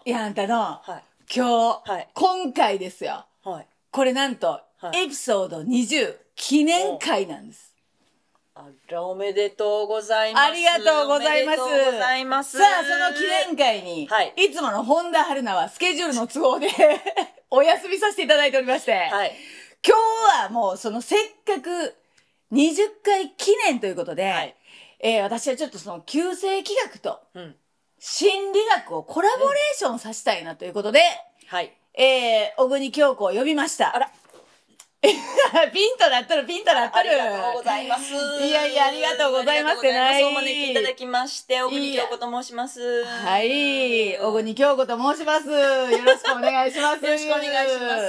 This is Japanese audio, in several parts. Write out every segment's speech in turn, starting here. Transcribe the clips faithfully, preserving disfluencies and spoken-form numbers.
いやあんたのはい。 今日、 はい。 今回ですよ。 はい。 これなんと、 はいエピソードにじゅう記念会なんです。 あら、おめでとうございます。 ありがとうございます。 おめでとうございます。 さあ、その記念会に、 はい。 いつもの本田春菜はスケジュールの都合でお休みさせていただいておりまして、 はい。 今日はもうそのせっかくにじゅっかい記念ということで、 はい。 えー私はちょっとその旧世紀学とうん。 心理学をコラボレーションさせたいなということで、 はい。 えー、小国京子を呼びました。 あら。 ピンとなっとる、ピンとなっとる。 ありがとうございます。 いやいや、ありがとうございます。 ない。お招きいただきまして、小国京子と申します。 はい、小国京子と申します。よろしくお願いします。 よろしくお願いします。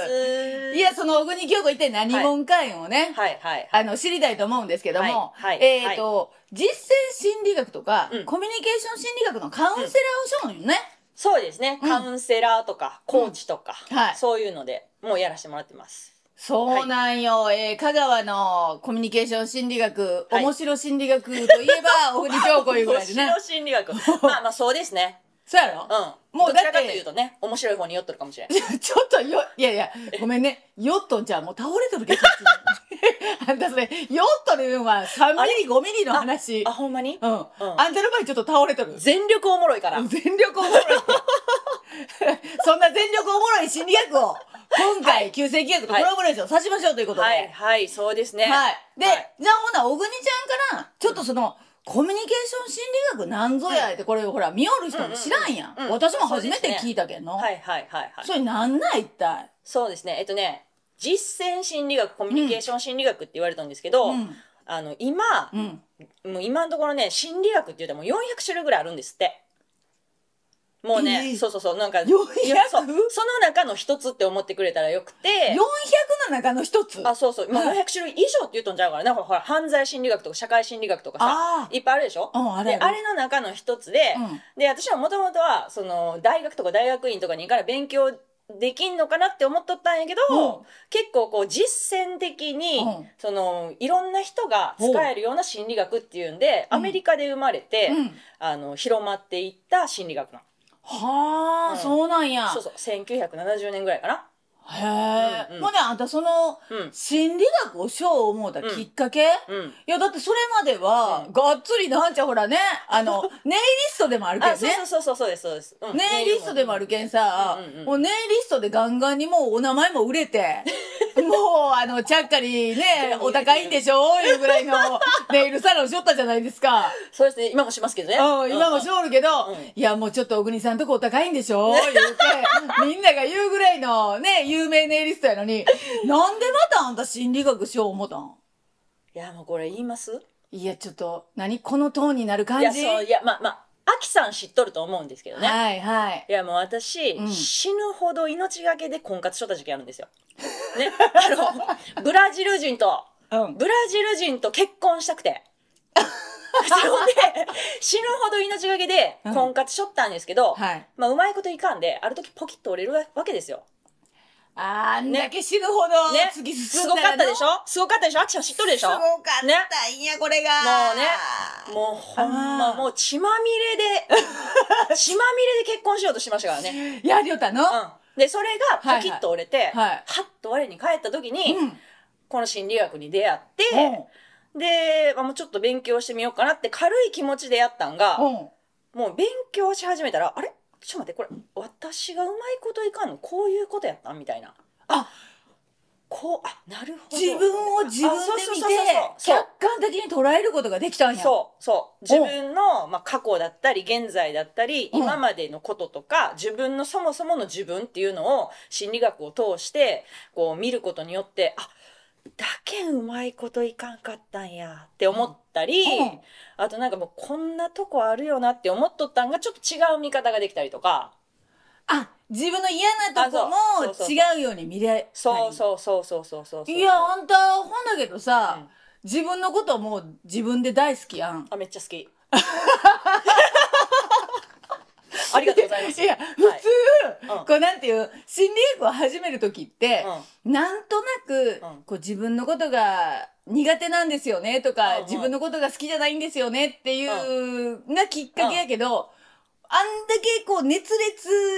いや、その小国京子一体何者かをね、 はい、はい。 あの、知りたいと思うんですけども、 はい、 えっと、実践心理学とか、 うんコミュニケーション心理学のカウンセラーをしようよね。 そうですね。 うんカウンセラーとか、コーチとか、 うんはいそういうので、もうやらせてもらってます。 そうなんよ、えー香川のコミュニケーション心理学、 はい面白心理学といえば、小国京子いうぐらいでね。 面白心理学。まあまあそうですね。 そうやろうん。 もうだってどちらかというとね、面白い方に寄っとるかもしれない。 ちょっとよ、いやいや、ごめんね。ヨットンちゃんもう倒れとるけど、そっちにあんたそれ、ヨットのはさんミリ、ごミリの話。 あ、ほんまにうん。あんたの場合ちょっと倒れとる。 全力おもろいから。 全力おもろい。そんな全力おもろい心理学を、今回、旧世紀学とコラボレーションさしましょうということで。 はい、はい、そうですね。 はい。で、 はいじゃあほな、小国ちゃんから、ちょっとその、コミュニケーション心理学なんぞやって、これほら、見よる人も知らんやん。 うんうんうん私も初めて聞いたけんの。 はい、はい、はい、はい。 それなんなん一体。 そうですね。えっとね、実践心理学、コミュニケーション心理学って言われたんですけど、 うんあの、今、 うん。 もう今のところね、心理学って言うともうよんひゃく種類ぐらいあるんですって。もうね、 えーそうそうそう、なんか、 よんひゃくそうその中の一つって思ってくれたらよくて、 よんひゃくの中の一つ。 あ、そうそう、もうはいよんひゃく種類以上って言うとんちゃうからね、ほら、ほら犯罪心理学とか社会心理学とかさあ、ーいっぱいあるでしょ、 うんあるあるで、あれの中の一つで、 うんで、私はもともとは、その、大学とか大学院とかに行から勉強できんのかなって思っとったんやけど、 うん結構こう実践的に、 うんそのいろんな人が使えるような心理学っていうんで、 うんアメリカで生まれて、 うんあの広まっていった心理学なの。 はあ、 うんそうなんや。 そうそう、せんきゅうひゃくななじゅうねんぐらいかな。 へえ。 うんうんほんで、あんたその、 うん心理学をしよう思うたきっかけ、 うん。 いや、だってそれまでは、 うんがっつりなんちゃほらね、あの、ネイリストでもあるけあ、 どね。 そうそうそうそうですそうです。うんネイリストでもあるけんさ、 うんうんうんもうネイリストでガンガンにもうお名前も売れて、もうあの、ちゃっかりね、お高いんでしょいうぐらいのネイルサロンしょったじゃないですか。 そうですね、今もしますけどね。 うん、今もしょるけど、 うんいやもうちょっと小国さんとこお高いんでしょ言うて、みんなが言うぐらいのね、有名ネイリストやのに、なんでまたあんた心理学しよう思ったんいや、もうこれ言いますいや、ちょっと、何このトーンになる感いや、 じそう、いや、まあまあ、アキさん知っとると思うんですけどね。 はいはい。 いや、もう私、 うん死ぬほど命がけで婚活しとった時期あるんですよ。ね。あの、ブラジル人と、 うん。 ブラジル人と結婚したくて。それで、死ぬほど命がけで婚活しとったんですけど、 はい。 まあ、うまいこといかんで、ある時ポキッと折れるわけですよ。 あんだけ死ぬほどね。 突き進すんだらごかったでしょすごかったでしょアキさん知っとるでしょすごかったんや、これが。 もうね、もうほんま、 あーもう血まみれで、血まみれで結婚しようとしましたからね。 やりよったのうん。で、それがパキッと折れて、 はいはいはいはっと我に返った時に、 うん。 この心理学に出会って、で、まあ、もうちょっと勉強してみようかなって軽い気持ちでやったんが、 うん。 もう勉強し始めたら、あれちょっと待って、これ、私がうまいこといかんのこういうことやったんみたいな。 あ、 こう、あ、なるほど。 自分を自分であそうそう見てそうそう、そう客観的に捉えることができたんや。 そう、そう。自分の、まあ、過去だったり、現在だったり、 うん今までのこととか、自分のそもそもの自分っていうのを心理学を通して、こう見ることによって、あ、だけうまいこといかんかったんやって思ったり、 うんうんあとなんかもうこんなとこあるよなって思っとったんがちょっと違う見方ができたりとか。 あ、自分の嫌なとこもあそうそうそうそう違うように見れたり。 そうそうそうそうそうそうそう。 いや、あんた、ほんだけどさ、 うん自分のことも自分で大好きやん。 あ、めっちゃ好き。ありがとうございます。 いや、普通、 うんこうなんていう、心理学を始めるときって、なんとなく、 うんこう自分のことが苦手なんですよねとか、 うんうん自分のことが好きじゃないんですよねっていうがきっかけやけど、あんだけこう熱烈恋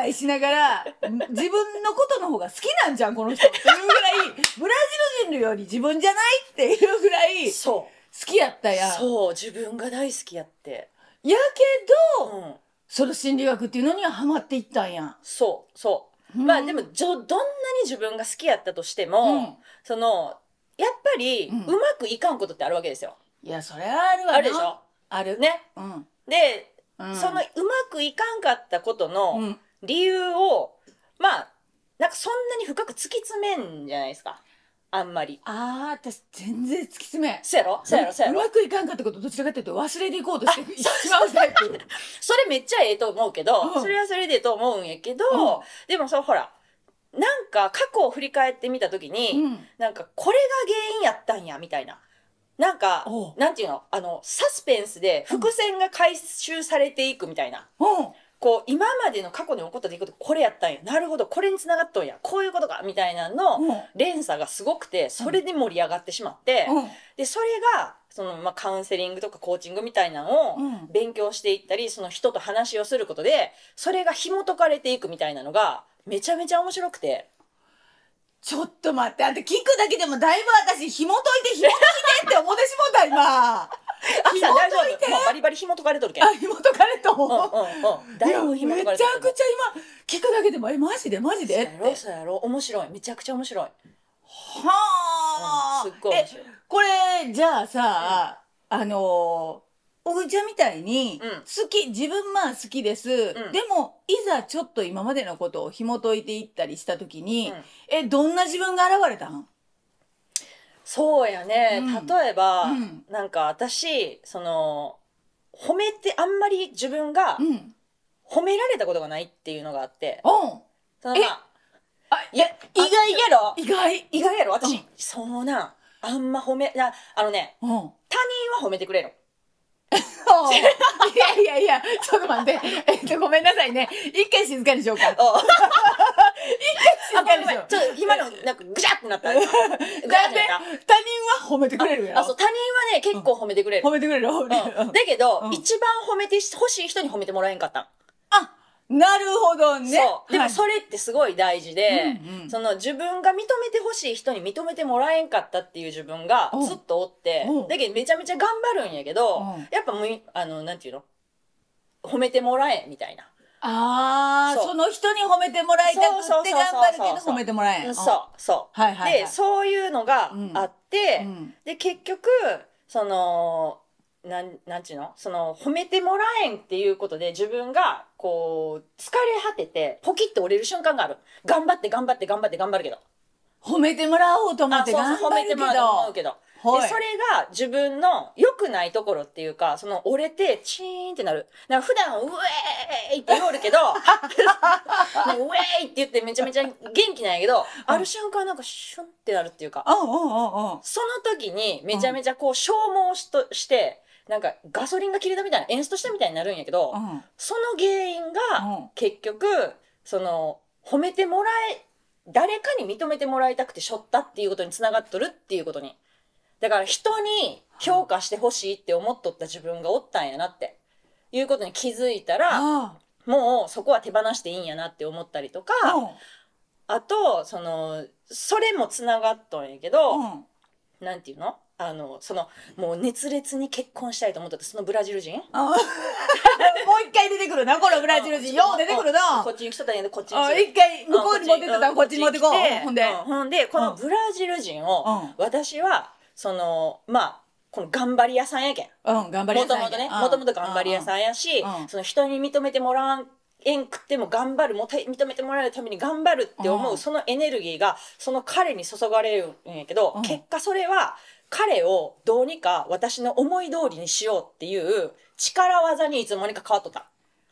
愛しながら自分のことの方が好きなんじゃんこの人っていうぐらいブラジル人より自分じゃないっていうぐらい好そうきやったやん。 そう自分が大好きやってやけど、 うん、 その心理学っていうのにはハマっていったんや。 そうそう、 うん、 まあでもじょどんなに自分が好きやったとしても、うん、そのやっぱりうまくいかんことってあるわけですよ。 いやそれはあるわな。 あるでしょ。 あるね、 うん、 で、 うん、 そのうまくいかんかったことの理由を、うん、まあなんかそんなに深く突き詰めんじゃないですかあんまり。 ああ私全然突き詰めそうやろそうやろそうやろ。 うまくいかんかったことどちらかというと忘れていこうとしてしまうタイプそれめっちゃええと思うけど、うん、それはそれでええと思うんやけど、うん、でもそうほらなんか過去を振り返ってみた時に、うん、なんかこれが原因やったんやみたいな。なんかなんていうのあのサスペンスで伏線が回収されていくみたいな、うん、こう今までの過去に起こった出来事これやったんやなるほどこれに繋がっとんやこういうことかみたいなの連鎖がすごくてそれで盛り上がってしまって、うん、でそれがその、まあ、カウンセリングとかコーチングみたいなのを勉強していったりその人と話をすることでそれが紐解かれていくみたいなのがめちゃめちゃ面白くて。 ちょっと待って、あんた聞くだけでもだいぶ私紐解いて紐解いてって思ってしもた今。 紐解いて。もうバリバリ紐解かれとるけん。 あ、紐解かれと。 うんうんうん。だいぶ紐解かれとる。 めちゃくちゃ今聞くだけでもえマジでマジでって。 そうやろそうやろ面白いめちゃくちゃ面白い。はあ、 うん。すっごい面白い。 これじゃあさ、うん、あのー。おぐちゃんみたいに好き、うん、自分まあ好きです、うん、でもいざちょっと今までのことを紐解いていったりした時に、うん、えどんな自分が現れたん？ そうやね、うん、例えば、うん、なんか私その褒めてあんまり自分が褒められたことがないっていうのがあって、うん、そのまああいや意外やろ意外意外やろ私、うん、そうなんあんま褒めああのね、うん、他人は褒めてくれるいやいやいや、ちょっと待って。えっと、ごめんなさいね。一回静かにしようか。一回静かにしよう。 ちょっと今の、なんか、ぐしゃってなった。なんで、他人は褒めてくれるやあ、そう、他人はね、結構褒めてくれる。 褒めてくれる、褒めてくれる。 だけど、一番褒めてほしい人に褒めてもらえんかった。 あなるほどね。 そう。でもそれってすごい大事で、うんうん、その自分が認めてほしい人に認めてもらえんかったっていう自分がずっとおって、だけどめちゃめちゃ頑張るんやけど、やっぱもう、あの、なんていうの褒めてもらえんみたいな。 ああ、その人に褒めてもらいたくって頑張るけど褒めてもらえん。 そう、そう。はいはいはい、で、そういうのがあって、うん、で、結局、その、なんなんちゅうのその褒めてもらえんっていうことで自分がこう疲れ果ててポキッと折れる瞬間がある。頑張って頑張って頑張って頑張るけど褒めてもらおうと思って頑張るけど、そうそう褒めてもらおうと思うけど、 でそれが自分の良くないところっていうかその折れてチーンってなる。なんか普段ウェーイって言おるけどウェーイって言ってめちゃめちゃ元気なんやけど、ある瞬間なんかシュンってなるっていうか、その時にめちゃめちゃこう消耗しとしてなんかガソリンが切れたみたいなエンストしたみたいになるんやけど、うん、その原因が結局その褒めてもらえ誰かに認めてもらいたくてしょったっていうことにつながっとるっていうことにだから人に評価してほしいって思っとった自分がおったんやなっていうことに気づいたら、うん、もうそこは手放していいんやなって思ったりとか、うん、あとそのそれもつながっとんやけど、うん、なんていうのあのそのもう熱烈に結婚したいと思ったってそのブラジル人もう一回出てくるなこのブラジル人よう出てくるなこっちに来とったんやけどこっちに一回向こうに持ってったらこっちに持ってこうほんで、うん、ほんでこのブラジル人を私はそのまあこの頑張り屋さんやけん、 うん、頑張り屋さんやけんもともとねもともと頑張り屋さんやし、うん、その人に認めてもらわんえんくっても頑張るも認めてもらえるために頑張るって思うそのエネルギーがその彼に注がれるんやけど、うん、結果それは彼をどうにか私の思い通りにしようっていう力技にいつの間にか変わっとった。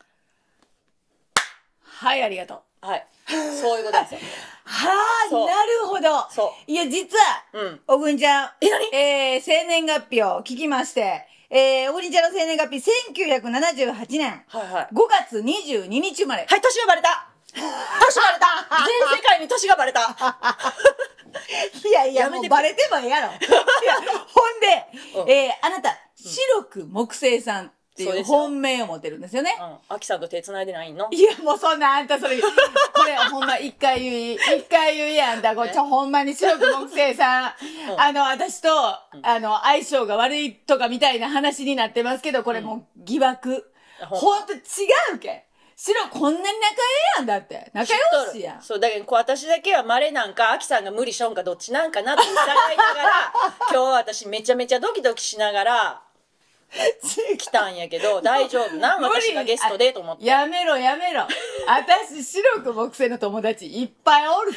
はいありがとう。 はいそういうことですよ。 はあなるほど。そういや実は、うん、おぐんちゃんえ何、えー、生年月日を聞きまして、えー、おぐんちゃんの生年月日せんきゅうひゃくななじゅうはちねん、はいはい、ごがつにじゅうににち生まれ。 はい年がバレた年バレた全世界に年がバレたいやいやもうバレてもええやろいやほんで、うん、えー、あなた白く木星さんっていう本命を持ってるんですよね。 うん。アキさんと手繋いでないの？ いや、もうそんなあんたそれ、これほんま一回言い、一回言いやんだ。これちょ、ほんまに白く木星さん、うん、あの、私と、うん、あの、相性が悪いとかみたいな話になってますけど、これもう疑惑。うん、ほんと違うけん。白こんなに仲ええやんだって。仲良しやん。 そう、だけどこう私だけは稀なんか、アキさんが無理しょんかどっちなんかなって疑いながら、今日は私めちゃめちゃドキドキしながら、来たんやけど、大丈夫なん私がゲストでと思って。 やめろやめろ。私、白く木星の友達いっぱいおるから。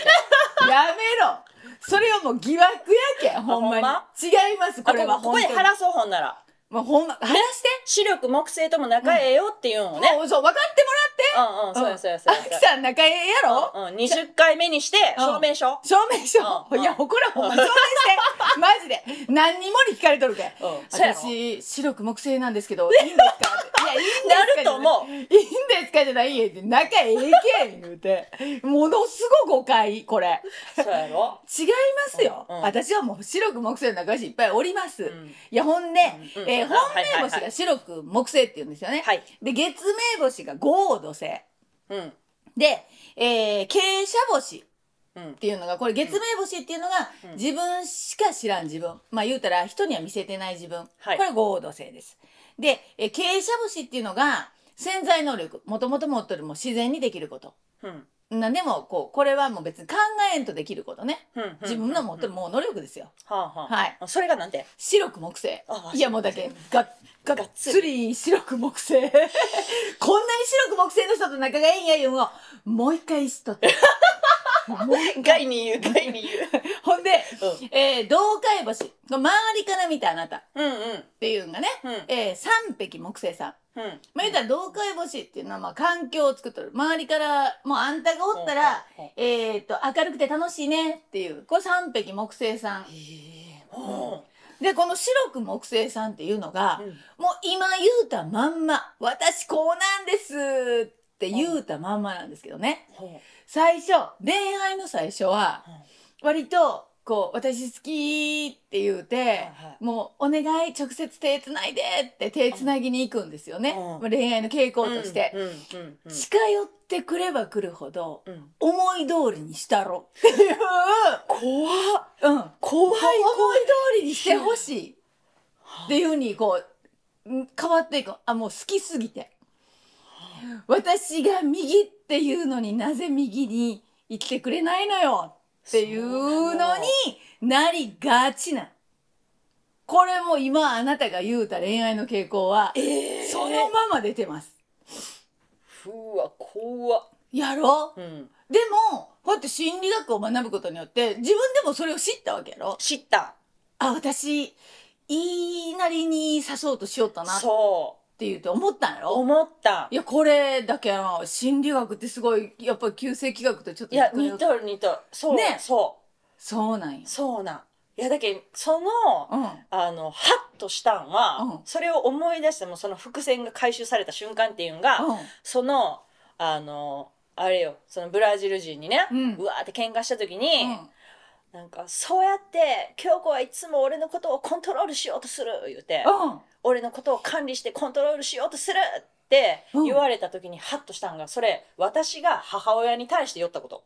やめろ。それはもう疑惑やけん、ほんまに。ま、違います、これは。 ここで話そう、ほんなら。 もうほんま、話して。 白く木星とも仲ええよっていうのをね。 うん、そう、分かってもらって。 うんうん、そうやそうやそうや。 アキさん仲ええやろうん、にじゅっかいめにして、証明書。 証明書。いや、これほんま証明して。マジで。何にもに聞かれとるけ。私、白く木星なんですけど、いいんですかいや、いいんですかなると思う。いいんですかじゃないえって、仲ええけん言うて。ものすごい誤解、これ。 そうやろ違いますよ。私はもう白く木星の仲良しいっぱいおります。いや、ほんで、えー、本命星が白く木星って言うんですよね。はい、で、月命星が豪土星。うん、で、えー、傾斜星っていうのが、これ月命星っていうのが、うん、自分しか知らん自分。まあ言うたら人には見せてない自分。はい、これ豪土星です。で、えー、傾斜星っていうのが潜在能力。もともと持ってるも自然にできること。うんなんでもこうこれはもう別に考えんとできることね、うん、自分の持ってるもう能力ですよ、はあはあ、はいそれがなんて白く木星いやもうだけががっつり白く木星こんなに白く木星の人と仲がいいんやいうのをもう一回知っとって外に言う外に言うほんで、うんえー、同海星周りから見たあなた、うんうん、っていうのがね、うんえー、三匹木星さんうん、まあ言うたら同海星っていうのはまあ環境を作っとる周りからもうあんたがおったら、うん、えっと明るくて楽しいねっていうこれ三匹木星さん、うん、でこの白く木星さんっていうのが、うん、もう今言うたまんま私こうなんですって言うたまんまなんですけどね、うん、最初恋愛の最初は割とこう私好きって言うて、はいはい、もうお願い直接手つないでって手つなぎに行くんですよね、うん、恋愛の傾向として、うんうんうんうん、近寄ってくれば来るほど、うん、思い通りにしたろっていう怖っ、 うん、怖い思い通りにしてほしいっていう風にこう変わっていくあもう好きすぎて私が右っていうのになぜ右に行ってくれないのよっていうのになりがちな。これも今あなたが言うた恋愛の傾向は、えー、そのまま出てます。 ふわ、怖っ。 やろ、うん、でも、こうやって心理学を学ぶことによって、自分でもそれを知ったわけやろ知った。 あ、私、いいなりに刺そうとしよったな。そう。って言うて思ったんやろ思った。 いや、これだけな、心理学ってすごい、やっぱり旧世紀学とちょっと。 いや、似とる似とる。そう。ね。そう。 そうなんや。 そうなん。いや、だけど、その、うん、あの、ハッとしたんは、うん、それを思い出しても、その伏線が回収された瞬間っていうのが、うん、その、あの、あれよ、そのブラジル人にね、うん、うわーって喧嘩した時に、うんなんかそうやって京子はいつも俺のことをコントロールしようとする言うて、うん、俺のことを管理してコントロールしようとするって言われた時にハッとしたんがそれ私が母親に対して言ったこと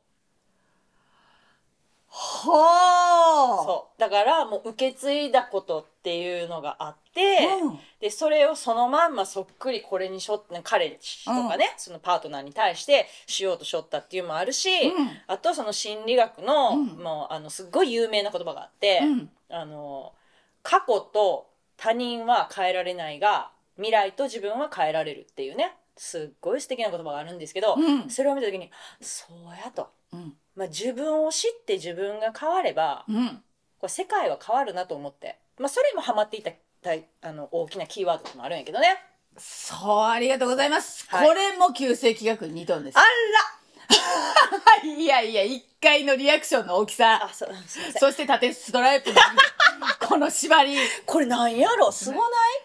はあそうだからもう受け継いだことっていうのがあって、うん、でそれをそのまんまそっくりこれにしょって彼氏とかね、うん、そのパートナーに対してしようとしょったっていうのもあるし、うん、あとその心理学の、うん、もうあのすっごい有名な言葉があって、うん、あの過去と他人は変えられないが未来と自分は変えられるっていうねすっごい素敵な言葉があるんですけど、うん、それを見た時にそうやと。うんまあ、自分を知って自分が変われば、うん、これ世界は変わるなと思って、まあ、それもハマっていたあの大きなキーワードもあるんやけどねそうありがとうございます、はい、これも旧世紀学に似とんですあらいやいやいっかいのリアクションの大きさあ そ, すいませんそして縦ストライプのこの縛りこれなんやろすごない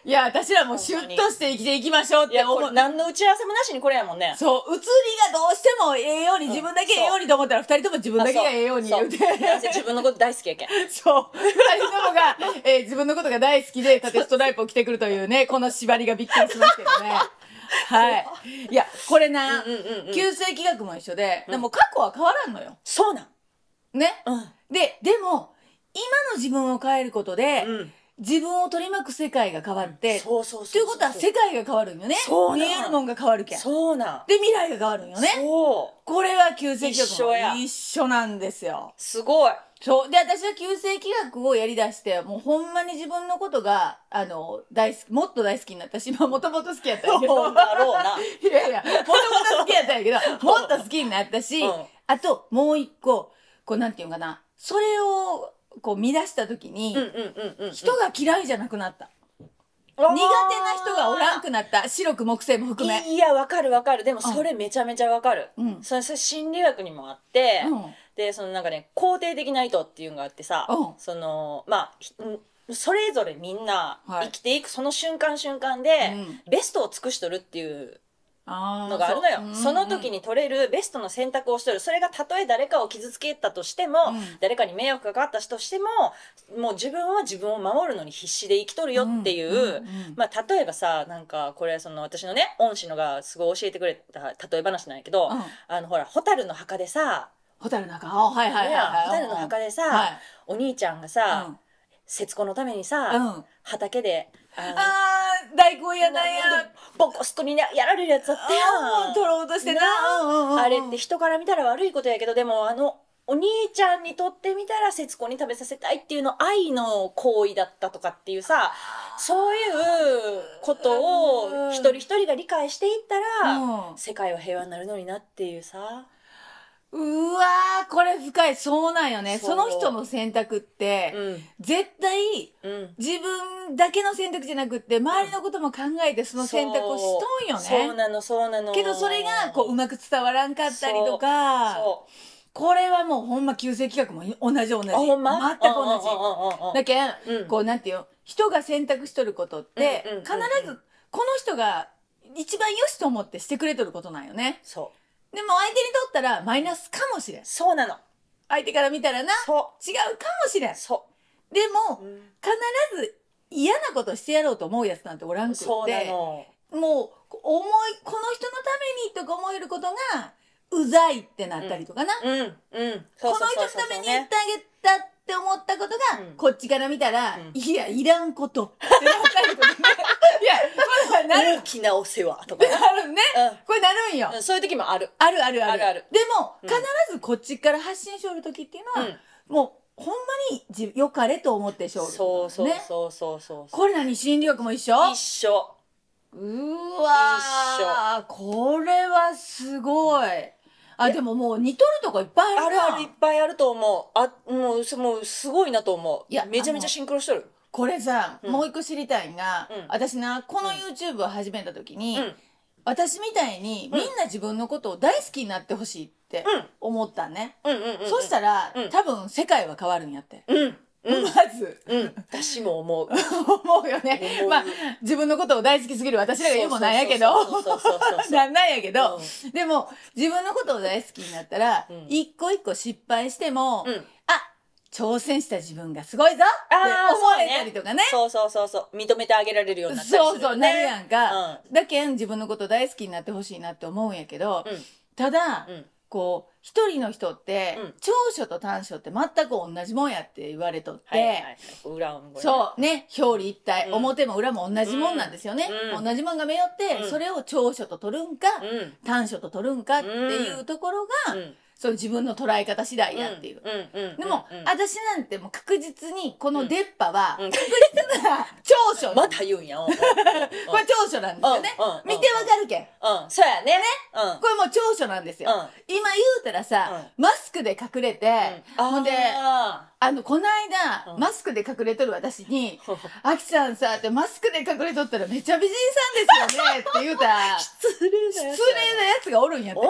いや、私らもシュッとして生きていきましょうっいや、 て思う。 これ何の打ち合わせもなしにこれやもんね。 そう、写りがどうしてもええように、自分だけええようにと思ったら、二人とも自分だけがええように言うて。 そうなんせ自分のこと大好きやけん。 そう。二人ともが、えー自分のことが大好きで、縦ストライプを着てくるというね、この縛りがびっくりしますけどね。はい。いや、これな、 うんうんうんうん旧世紀学も一緒で、でも過去は変わらんのよ。 そうなん。 ね。 うん。 で、でも、今の自分を変えることで、 うん。 自分を取り巻く世界が変わって、 そうそうそうそう。 ということは世界が変わるんよね。 そうなん見えるもんが変わるけん。 そうなん。 で、未来が変わるんよね。 そう。 これは旧世紀学も一緒や一緒なんですよ。 すごい。 そう。で、私は旧世紀学をやり出して、もうほんまに自分のことが、あの、大好き、もっと大好きになったし、まあもともと好きやったんやけど。 そうだろうな。 いやいや、もともと好きやったんやけど、もっと好きになったし、 うんあと、もう一個、こう、なんていうのかな、それを、こう、見出したときに、 うんうんうんうん。 人が嫌いじゃなくなった。苦手な人がおらんくなった。白く木星も含め。 いや、わかるわかる。でもそれめちゃめちゃわかる。 うんそれ、それ心理学にもあって、 うんで、そのなんかね、肯定的な意図っていうのがあってさ、 うんその、まあ、ひんそれぞれみんなはい生きていくその瞬間瞬間で、 うんベストを尽くしとるっていうあーのがあるのよ。 そうその時に取れるベストの選択をしとる。それがたとえ誰かを傷つけたとしても、 うん誰かに迷惑がかかったとしても、もう自分は自分を守るのに必死で生きとるよっていう、 うんうんうんまあ例えばさ、なんかこれその私のね、恩師のがすごい教えてくれた例え話なんやけど、 うんあのほら、蛍の墓でさ、 ホタルの墓。あ、はいはいはいはい。 蛍の墓でさ、 はいお兄ちゃんがさ、 うん節子のためにさ、 うん畑で、あのあー、大根やなんや。 ボコスコにねやられるやつだったやん。 あー取ろうとしてな。うんうんうんあれって人から見たら悪いことやけど、でもあの、お兄ちゃんにとってみたら節子に食べさせたいっていうの愛の行為だったとかっていうさ、そういうことを一人一人が理解していったら、 うん世界は平和になるのになっていうさ。 うわー、これ深い。そうなんよね。 そうその人の選択って、 うん。 絶対、 うん。 自分だけの選択じゃなくって、周りのことも考えてその選択をしとんよね。 そうなの、そうなの。 けどそれが、こう、うまく伝わらんかったりとか、 そう。 これはもうほんま旧世紀学も同じ同じ。 あ、ほんま全く同じ。 じだけん、 うんこうなんていうの、人が選択しとることって、 うんうんうんうん必ずこの人が一番良しと思ってしてくれとることなんよね。 そう。 でも相手にとったらマイナスかもしれん。 そうなの。 相手から見たらな、 そ違うかもしれんう。。そでも、 う。うん必ず嫌なことしてやろうと思うやつなんておらんくって、 そうなの。 もう思い、この人のためにとか思えることが、うざいってなったりとかな。 うん、うん。 この人のために言ってあげたって思ったことが、 うんこっちから見たら、 うんいや、いらんことってなったりとかね。いや、これはなる、 大きなお世話とかね。 なるね。 うんこれなるんよ。 うんそういう時もある。 あるあるある。 あるあるでも、 うん必ずこっちから発信しおる時っていうのは、 うんもう、ほんまにじ良かれと思ってしょる、 そうそうね。 そうそうそう。 これ何心理学も一緒一緒。 うーわー、これはすごい。あ、でももう似とるとこいっぱいあるな。 あるあるいっぱいあると思う。あ、もう、そもうすごいなと思う。 いやめちゃめちゃシンクロしとる。 これさ、 うんもう一個知りたいんが、 うん私な、この YouTube を始めた時に、 うん。 私みたいにみんな自分のことを大好きになってほしいって思ったね。 うん。うんうんうん。 そしたら、 うん多分世界は変わるんやって。 うん。うん。 まず、 うん。私も思う。 思うよね思。うまあ、自分のことを大好きすぎる私らが言うもなんやけど、 そうそうそうそうそうそうなんなんやけど、 うでも、自分のことを大好きになったらうん、 一個一個失敗しても、 うん。 あ、挑戦した自分がすごいぞってあー思えたりとかね。 そうそうそうそう。認めてあげられるようになったりするそうそう、なるやんか。 うだけん自分のこと大好きになってほしいなって思うんやけど、 うん。 ただ、 うん。 こう、一人の人って、 うん長所と短所って全く同じもんやって言われとって、 はいはいはい。裏を向そうね、表裏一体、 うん表も裏も同じもんなんですよね。 うん同じもんが目よって、 うんそれを長所と取るんか、 うん。 短所と取るんかっていうところが、 うん。 そう自分の捉え方次第やっていう。 うん。うん。 でも、 うん私なんてもう確実にこの出っ歯は、 うん確実な長所。 また言うんや。うん。 これ長所なんですよね。 うんうん見てわかるけん。 うん。そうやね。うん。 これもう長所なんですよ。 うん今言うたらさ、マスクで隠れて、ほんで、 ああの、この間、 うんマスクで隠れとる私に、 ーあきさんさ、ってマスクで隠れとったらめっちゃ美人さんですよねって言うたら、 失礼なやつ失礼なやつがおるんやって。 おう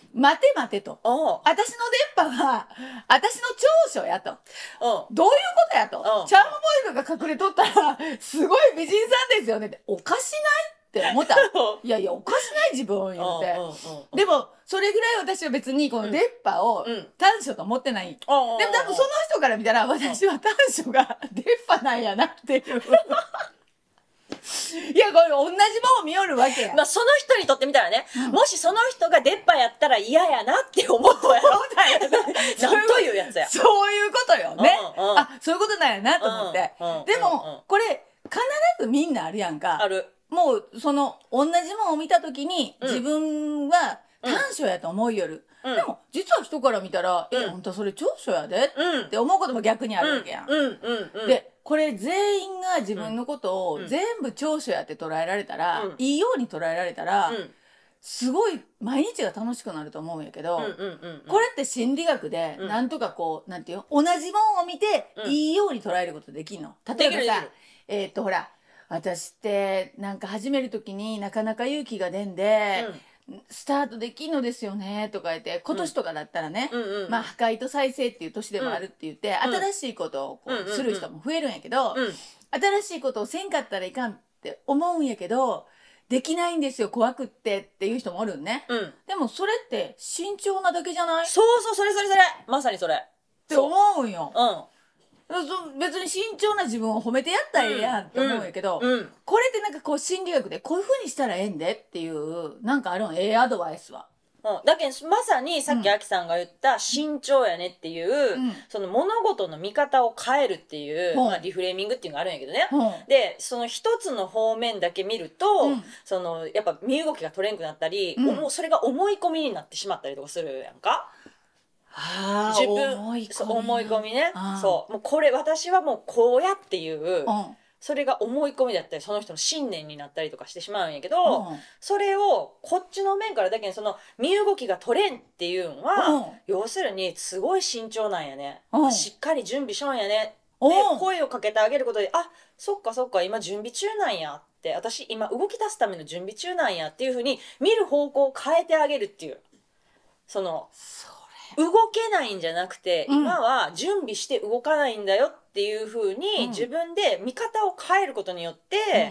待て待てと。 おう私の出っ歯は、私の長所やと。 おうどういうことやとうん。 チャームポイントが隠れとったら、すごい美人さんですよねって。おかしないって思った。いやいや、おかしない自分言うて。でも、それぐらい私は別にこの出っ歯をうん短所と思ってない。でおうおうおうも多分その人から見たら、私は短所が出っ歯なんやなっていう。いや、これ同じもん見よるわけや。 まあその人にとってみたらね、もしその人が出っ歯やったら嫌やなって思うとやろ。なんというやつや。 そういうことよね。 うんうん、 あ、そういうことなんやなと思って。 うんうん、 でも、これ必ずみんなあるやんか。 ある。 もうその同じもんを見た時に、 うん、 自分は短所やと思いよる。うん、でも実は人から見たら、うん、え、あんたそれ長所やで、うん、って思うことも逆にあるわけやん。で、これ全員が自分のことを全部長所やって捉えられたら、うん、いいように捉えられたら、うん、すごい毎日が楽しくなると思うんやけど、これって心理学でなんとかこう、なんていう同じもんを見て、いいように捉えることできんの。例えばさ、えー、っとほら、私ってなんか始める時になかなか勇気が出んで、うん、スタートできんのですよねとか言って、今年とかだったらね、うん、まあ破壊と再生っていう年でもあるって言って、うん、新しいことをこうする人も増えるんやけど、うん、新しいことをせんかったらいかんって思うんやけど、できないんですよ怖くってっていう人もおるんね、うん、でもそれって慎重なだけじゃない？ そうそう、それそれそれ、まさにそれって思うんよ。うん、別に慎重な自分を褒めてやったらええやんって思うんやけど、うんうん、これってなんかこう心理学でこういう風にしたらええんでっていうなんかあるん、ええアドバイスは。 うん、だけどまさにさっきあきさんが言った慎重やねっていう、うん、その物事の見方を変えるっていう、うん、まあ、リフレーミングっていうのがあるんやけどね、うん、でその一つの方面だけ見ると、うん、そのやっぱ身動きが取れんくなったり、うん、もうそれが思い込みになってしまったりとかするやんか。自分思い込み、思い込みね、そうもうこれ私はもうこうやっていう、うん、それが思い込みだったりその人の信念になったりとかしてしまうんやけど、うん、それをこっちの面からだけにその身動きが取れんっていうのは、うん、要するにすごい慎重なんやね、うん、しっかり準備しようんやねで声をかけてあげることで、あ、そっかそっか今準備中なんやって、私今動き出すための準備中なんやっていうふうに見る方向を変えてあげるっていう、その動けないんじゃなくて、うん、今は準備して動かないんだよっていう風に、うん、自分で見方を変えることによって、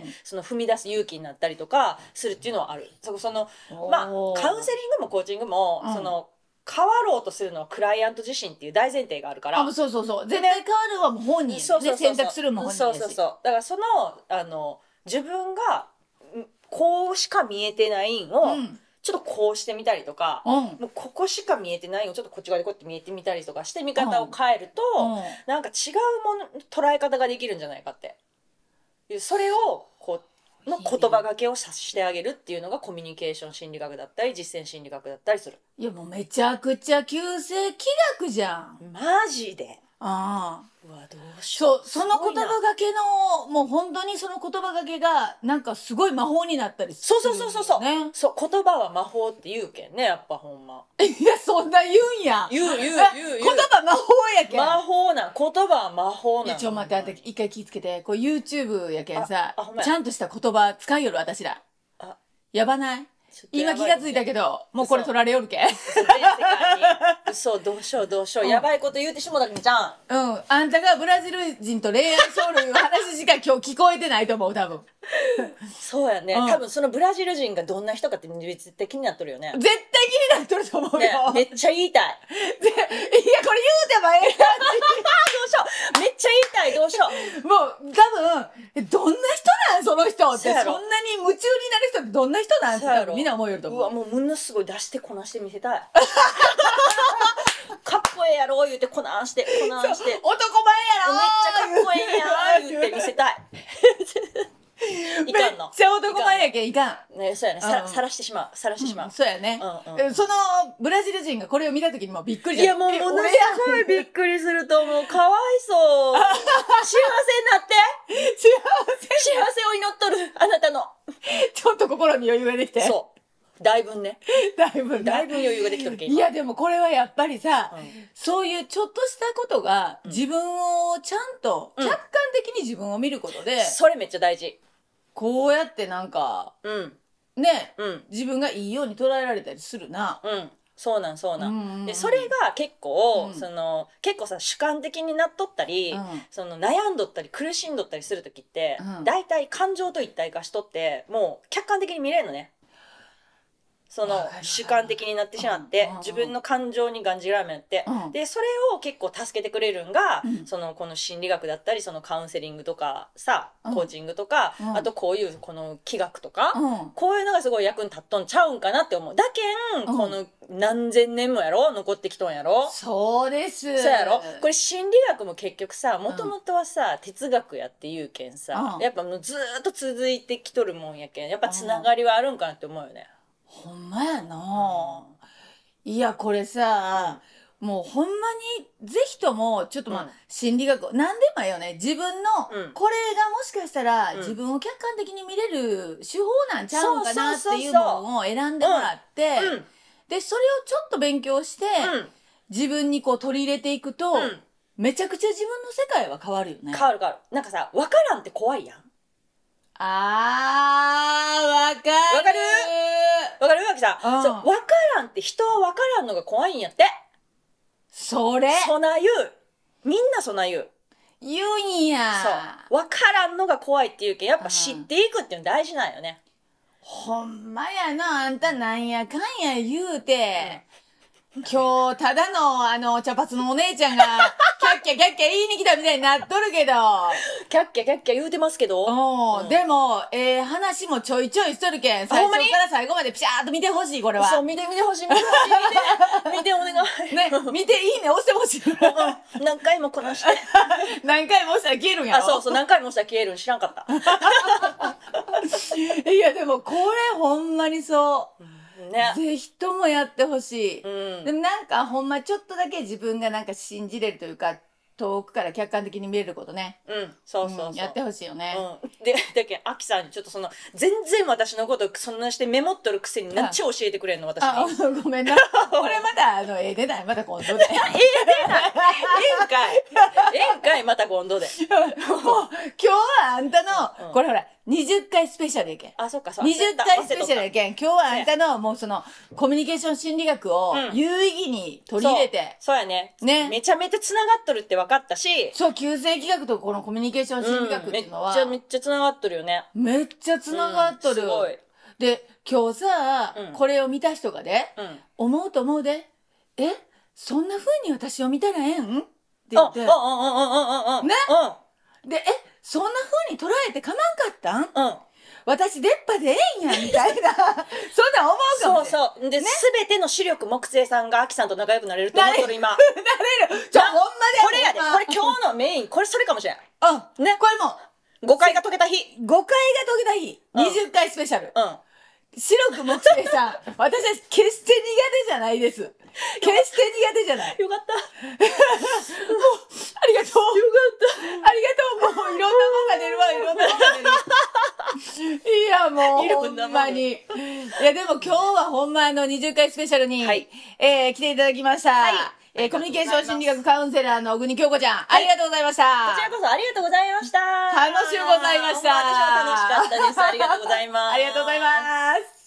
うん、その踏み出す勇気になったりとかするっていうのはある。そ, そのまあカウンセリングもコーチングも、その変わろうとするのはクライアント自身っていう大前提があるから。 あ、そうそうそう。絶対変わるはもう本人、ね、そうそうそうそう選択するも本人やし。 そうそうそう。だからそのあの自分がこうしか見えてないんを、うんちょっとこうしてみたりとか、うん、もうここしか見えてないのをちょっとこっち側でこうやって見えてみたりとかして見方を変えると、うん、なんか違うもの捉え方ができるんじゃないかって、それをこうの言葉がけをさしてあげるっていうのがコミュニケーション心理学だったり実践心理学だったりする。 いやもうめちゃくちゃ旧世気学じゃんマジで。 ああ、 うわどうしよう。 そう、その言葉がけのもう本当にその言葉がけがなんかすごい魔法になったりする、ね、 そうそうそうそうそうそう言葉は魔法って言うけんねやっぱほんま。 いやそんな言うんや。 言う言う言う言う。 言葉魔法やけん。 魔法なん言葉は魔法なん。いやちょ待ってあんた一回気ぃつけて、こう YouTube やけんさちゃんとした言葉使いよる私ら。あやばない？今気がついたけどもうこれ取られよるけん。 嘘どうしようどうしよう、うん、やばいこと言うてしもたけんじゃん。 うんあんたがブラジル人と恋愛しょるいう話しか今日聞こえてないと思う多分。 そうやね、うん、多分そのブラジル人がどんな人かって絶対気になっとるよね。 絶対気になっとると思うよ、 ね、めっちゃ言いたい。 でいやこれ言うてもええ感じ。 どうしようめっちゃ言いたいどうしよう。 もう多分どんな人なんその人って、そんなに夢中になる人ってどんな人なんって多分みんな思うよると思う。 うわもうものすごい出してこなして見せたい。かっこええやろ言うてこなしてこなして、 男前やろめっちゃかっこええやん言うて見せたい。いかんの。 めっちゃ男前やけんいかん。 ね、そうやね。さら、さらしてしまう。さらしてしまう。 うん、そうやね、うんうん。そのブラジル人がこれを見た時にもびっくりじゃん。 いやもうものすごいびっくりすると思う。かわいそう。幸せになって。幸せ。幸せを祈っとるあなたの。 ちょっと心に余裕ができて。 そう。だいぶね。 だいぶ、ね、 だいぶ余裕ができとるけん。 いやでもこれはやっぱりさ、うん、そういうちょっとしたことが自分をちゃんと客観的に自分を見ることで、うん、 それめっちゃ大事。 こうやってなんか、うん、ね、うん、自分がいいように捉えられたりするな。 うん。 そうなんそうなん、 うんうんうん、 でそれが結構、 うん、 その結構さ主観的になっとったり、 うん、 その悩んどったり苦しんどったりする時って、 うん、 大体感情と一体化しとってもう客観的に見れるのね。その主観的になってしまって、うんうんうん、自分の感情にがんじがらめやって、うん、でそれを結構助けてくれるんが、うん、そのこの心理学だったりそのカウンセリングとかさ、うん、コーチングとか、うん、あとこういうこの気学とか、うん、こういうのがすごい役に立っとんちゃうんかなって思う。だけん、うん、この何千年もやろ残ってきとんやろ。 そうです。 そうやろ。これ心理学も結局さもともとはさ、うん、哲学やっていうけんさ、うん、やっぱもうずっと続いてきとるもんやけんやっぱつながりはあるんかなって思うよね。 ほんまやな、うん、いやこれさ、うん、もうほんまにぜひともちょっとまあ、うん、心理学何でもいいよね。自分の、うん、これがもしかしたら、自分を客観的に見れる手法なんちゃうんかなっていうものを選んでもらって、でそれをちょっと勉強して、自分にこう取り入れていくと、めちゃくちゃ自分の世界は変わるよね。 変わる変わる。なんかさ分からんって怖いやん。 あー、わかるわかるわかるわきさん、うん、そう、わからんって人はわからんのが怖いんやって。 それそな言う。みんなそな言う。 言うんや。 そう。わからんのが怖いっていうけん、やっぱ知っていくっていうの大事なんよね。 うん、ほんまやな、あんたなんやかんや言うて、うん、今日ただのあの茶髪のお姉ちゃんがキャッキャキャッキャ言いに来たみたいになっとるけどキャッキャキャッキャ言うてますけど、 うん、でもええー、話もちょいちょいしとるけん最初から最後までピシャーっと見てほしい。これはそう見て見てほしい見てほしい見て見てお願いね見ていいね押してほしい何回もこなして何回も押したら消えるんやろ。 あそうそう何回も押したら消えるん知らんかったいやでもこれほんまにそう、うんね、ぜひともやってほしい、うん、でもなんかほんまちょっとだけ自分がなんか信じれるというか遠くから客観的に見れることね。 うん、そうそうそう、うん、 やってほしいよね。 うん、でだけどアキさんにちょっとその全然私のことそんなしてメモっとるくせに何ちゃ教えてくれんの私に。 ああごめんなこれまたあのええ出ないまた今度でええ出ないええんかいええんかいまた今度でもう今日はあんたの、うん、これほらにじゅっかいスペシャルやけん。 あ、そっか、そう。 にじゅっかいスペシャルやけん。今日はあんたのもうそのコミュニケーション心理学を有意義に取り入れて。うん、 そう、そうやね。ね。めちゃめちゃ繋がっとるって分かったし。 そう、急性気学とこのコミュニケーション心理学っていうのは。 うん、めっちゃめっちゃ繋がっとるよね。 めっちゃ繋がっとる。うん、すごい。で、今日さ、うん、これを見た人がね、うん、思うと思うで、え、そんな風に私を見たらええんって言って。うん、うん、うん、うん、うん、うん。ね、うん。で、え、そんな風に捉えて構わんかったんうん。私出っ歯でええんやみたいなそんなん思うかもしれん。そうそうで、ね、全ての視力木星さんがアキさんと仲良くなれると思ってる今なれるじゃあほんまでこれやでこれ今日のメインこれそれかもしれん。 うんねこれも誤解が解けた日誤解が解けた日、うん、にじゅっかいスペシャル。うん白く木星さん私は決して苦手じゃないです。決して苦手じゃない。 よかったもうありがとうよかったありがとうもういろんなもんが出るわいろんなもんが出るいやもうほんまにいやでも今日はほんまあのにじゅっかいスペシャルに、はいえー、来ていただきました、はいえー、コミュニケーション心理学カウンセラーの小国京子ちゃん、はい、ありがとうございました。 こちらこそありがとうございました。 楽しゅうございました。 私も楽しかったです。ありがとうございます。 ありがとうございます。